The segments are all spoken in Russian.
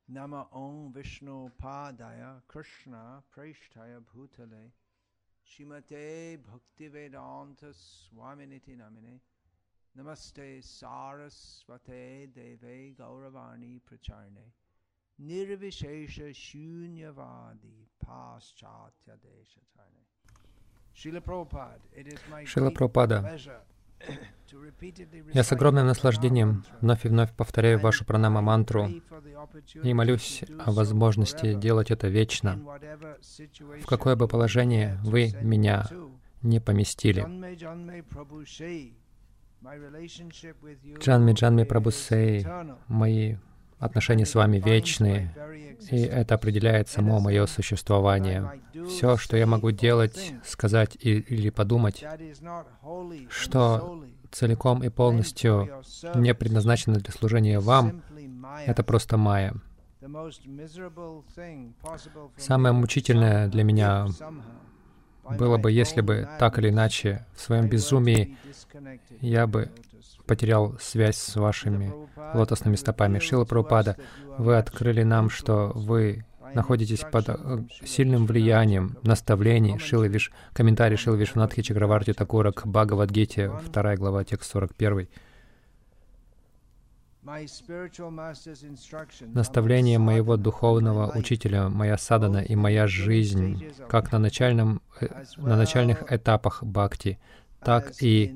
Nama Om Vishnu Padaya Krishna Prashtaya Bhutale Shrimate Bhaktivedanta Swaminiti Namine Namaste Saraswate Deve Gauravani Pracharne Nirvishesha Shunyavadi Paschatya Deshatarne. Шрила Прабхупада, я с огромным наслаждением вновь и вновь повторяю вашу пранама-мантру и молюсь о возможности делать это вечно, в какое бы положение вы меня не поместили. Джанми Прабхусей, мои отношения с вами вечные, и это определяет само мое существование. Все, что я могу делать, сказать или подумать, что целиком и полностью не предназначено для служения вам, это просто майя. Самое мучительное для меня было бы, если бы так или иначе в своем безумии я бы потерял связь с вашими лотосными стопами. Шрила Прабхупада, вы открыли нам, что вы находитесь под сильным влиянием наставлений комментарий Шрилы Вишванатхи Чакраварти Такура к Бхагавад-гите, 2 глава, текст 41. Наставление моего духовного учителя, моя садхана и моя жизнь, как на начальных этапах бхакти, так и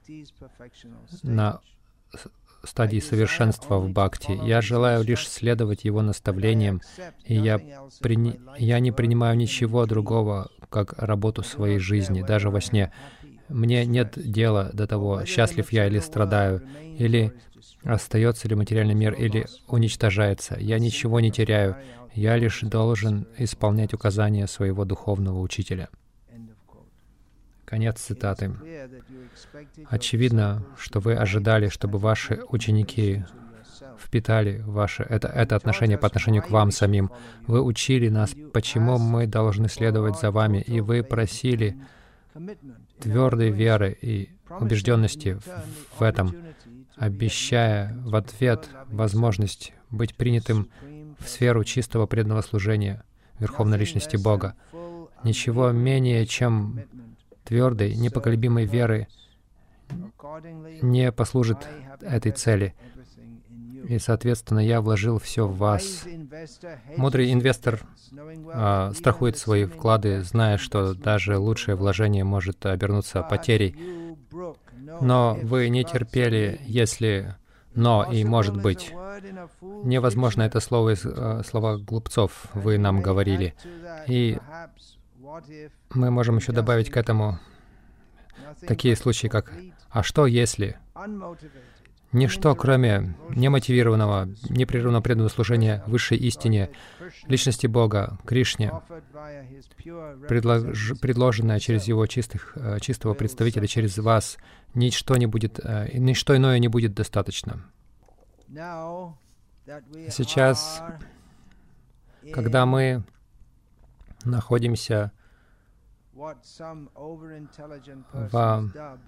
на стадии совершенства в бхакти. Я желаю лишь следовать его наставлениям, и я не принимаю ничего другого, как работу своей жизни, даже во сне. Мне нет дела до того, счастлив я или страдаю, или остается ли материальный мир, или уничтожается. Я ничего не теряю, я лишь должен исполнять указания своего духовного учителя. Конец цитаты. Очевидно, что вы ожидали, чтобы ваши ученики впитали это отношение по отношению к вам самим. Вы учили нас, почему мы должны следовать за вами, и вы просили твердой веры и убежденности в этом, обещая в ответ возможность быть принятым в сферу чистого преданного служения Верховной Личности Бога. Ничего менее, чем твердой, непоколебимой веры не послужит этой цели. И, соответственно, я вложил все в вас. Мудрый инвестор страхует свои вклады, зная, что даже лучшее вложение может обернуться потерей. Но вы не терпели, если «но» и «может быть». Невозможно это слово из слова глупцов, вы нам говорили. И мы можем еще добавить к этому такие случаи, как «а что если?» Ничто, кроме немотивированного, непрерывного преданного служения высшей истине, Личности Бога, Кришне, предложенное через Его чистого представителя, через вас, ничто иное не будет достаточно. Сейчас, когда мы находимся в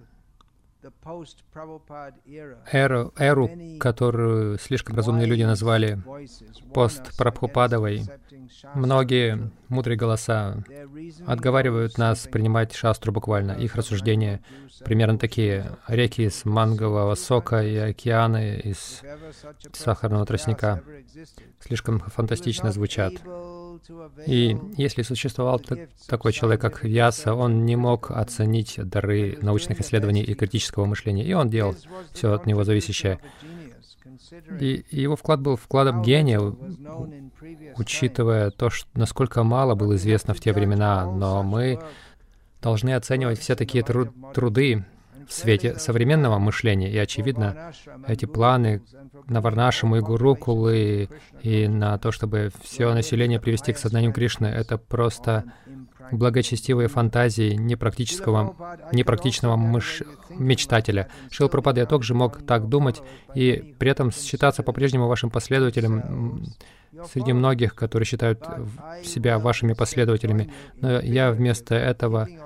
эру, которую слишком разумные люди назвали постпрабхупадовой, многие мудрые голоса отговаривают нас принимать шастру буквально. Их рассуждения примерно такие: реки из мангового сока и океаны из сахарного тростника слишком фантастично звучат. И если существовал такой человек, как Вьяса, он не мог оценить дары научных исследований и критического мышления, и он делал все от него зависящее. И его вклад был вкладом гения, учитывая то, насколько мало было известно в те времена, но мы должны оценивать все такие труды в свете современного мышления. И, очевидно, эти планы на Варнашраму и Гурукулы и на то, чтобы все население привести к сознанию Кришны, это просто благочестивые фантазии непрактичного мечтателя. Шрила Прабхупада, я также мог так думать и при этом считаться по-прежнему вашим последователем среди многих, которые считают себя вашими последователями. Но я вместо этого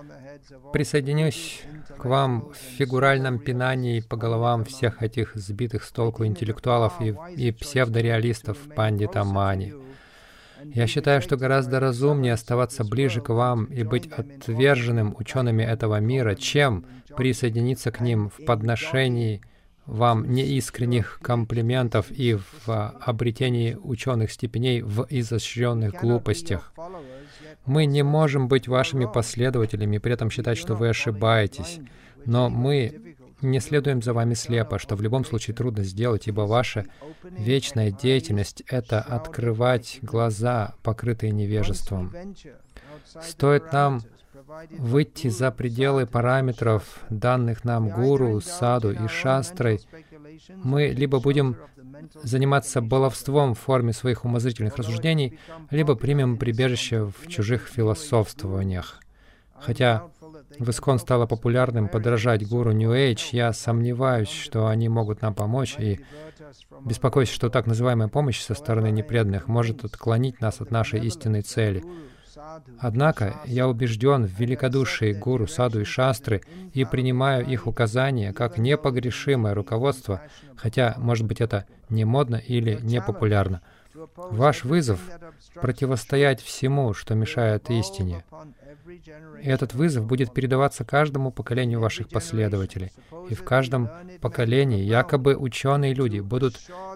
присоединюсь к вам в фигуральном пинании по головам всех этих сбитых с толку интеллектуалов и псевдореалистов Пандита Мани. Я считаю, что гораздо разумнее оставаться ближе к вам и быть отверженным учеными этого мира, чем присоединиться к ним в подношении вам неискренних комплиментов и в обретении ученых степеней в изощренных глупостях. Мы не можем быть вашими последователями и при этом считать, что вы ошибаетесь. Но мы не следуем за вами слепо, что в любом случае трудно сделать, ибо ваша вечная деятельность — это открывать глаза, покрытые невежеством. Стоит нам выйти за пределы параметров, данных нам гуру, саду и шастрой, мы либо будем заниматься баловством в форме своих умозрительных рассуждений, либо примем прибежище в чужих философствованиях. Хотя в ИСККОН стало популярным подражать гуру New Age, я сомневаюсь, что они могут нам помочь, и беспокоюсь, что так называемая помощь со стороны непреданных может отклонить нас от нашей истинной цели. Однако я убежден в великодушии гуру, саду и шастры и принимаю их указания как непогрешимое руководство, хотя, может быть, это не модно или не популярно. Ваш вызов — противостоять всему, что мешает истине. И этот вызов будет передаваться каждому поколению ваших последователей. И в каждом поколении якобы ученые люди будут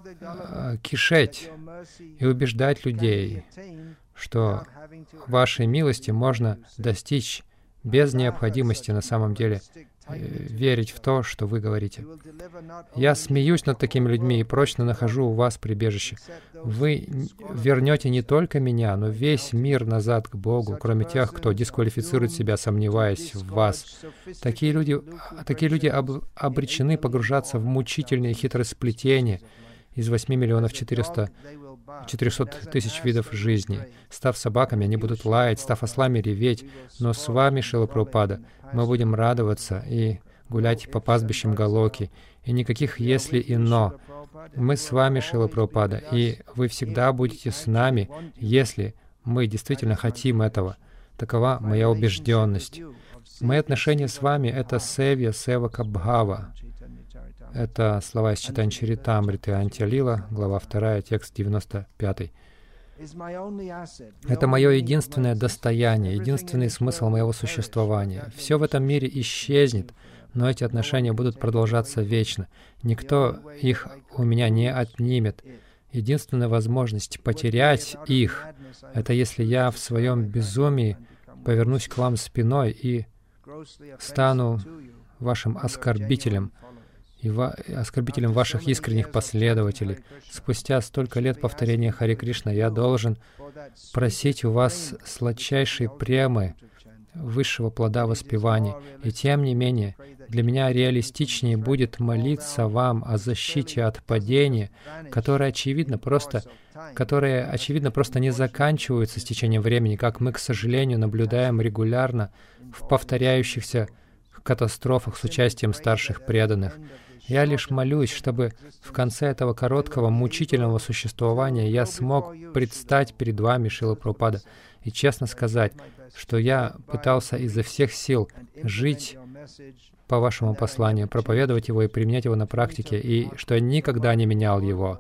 кишеть и убеждать людей, что вашей милости можно достичь без необходимости на самом деле верить в то, что вы говорите. Я смеюсь над такими людьми и прочно нахожу у вас прибежище. Вы вернете не только меня, но весь мир назад к Богу, кроме тех, кто дисквалифицирует себя, сомневаясь в вас. Такие люди обречены погружаться в мучительные хитросплетения из 8 миллионов 400 тысяч видов жизни. Став собаками, они будут лаять, став ослами, реветь. Но с вами, Шрила Прабхупада, мы будем радоваться и гулять по пастбищам Галоки. И никаких «если» и «но». Мы с вами, Шрила Прабхупада, и вы всегда будете с нами, если мы действительно хотим этого. Такова моя убежденность. Мои отношения с вами — это севья севака бхава. Это слова из Чайтанья Чаритамриты, Антия-лила, глава 2, текст 95. Это мое единственное достояние, единственный смысл моего существования. Все в этом мире исчезнет, но эти отношения будут продолжаться вечно. Никто их у меня не отнимет. Единственная возможность потерять их — это если я в своем безумии повернусь к вам спиной и стану вашим оскорбителем, и оскорбителем ваших искренних последователей. Спустя столько лет повторения Харе Кришна я должен просить у вас сладчайшей премы, высшего плода воспевания. И тем не менее, для меня реалистичнее будет молиться вам о защите от падения, которые, очевидно, просто не заканчиваются с течением времени, как мы, к сожалению, наблюдаем регулярно в повторяющихся катастрофах с участием старших преданных. Я лишь молюсь, чтобы в конце этого короткого, мучительного существования я смог предстать перед вами, Шрила Прабхупада, и честно сказать, что я пытался изо всех сил жить по вашему посланию, проповедовать его и применять его на практике, и что я никогда не менял его.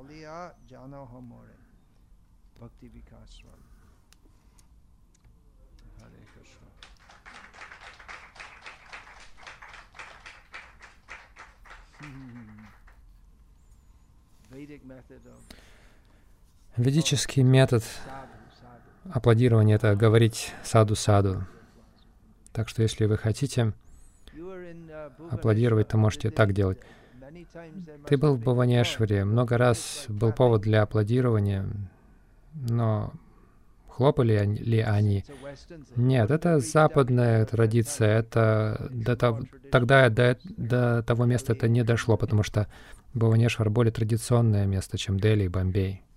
Ведический метод аплодирования — это говорить «саду-саду». Так что если вы хотите аплодировать, то можете так делать. Ты был в Бхуванешваре, много раз был повод для аплодирования, но хлопали ли они? Нет, это западная традиция. Это тогда до того места это не дошло, потому что Бхуванешвар более традиционное место, чем Дели и Бомбей.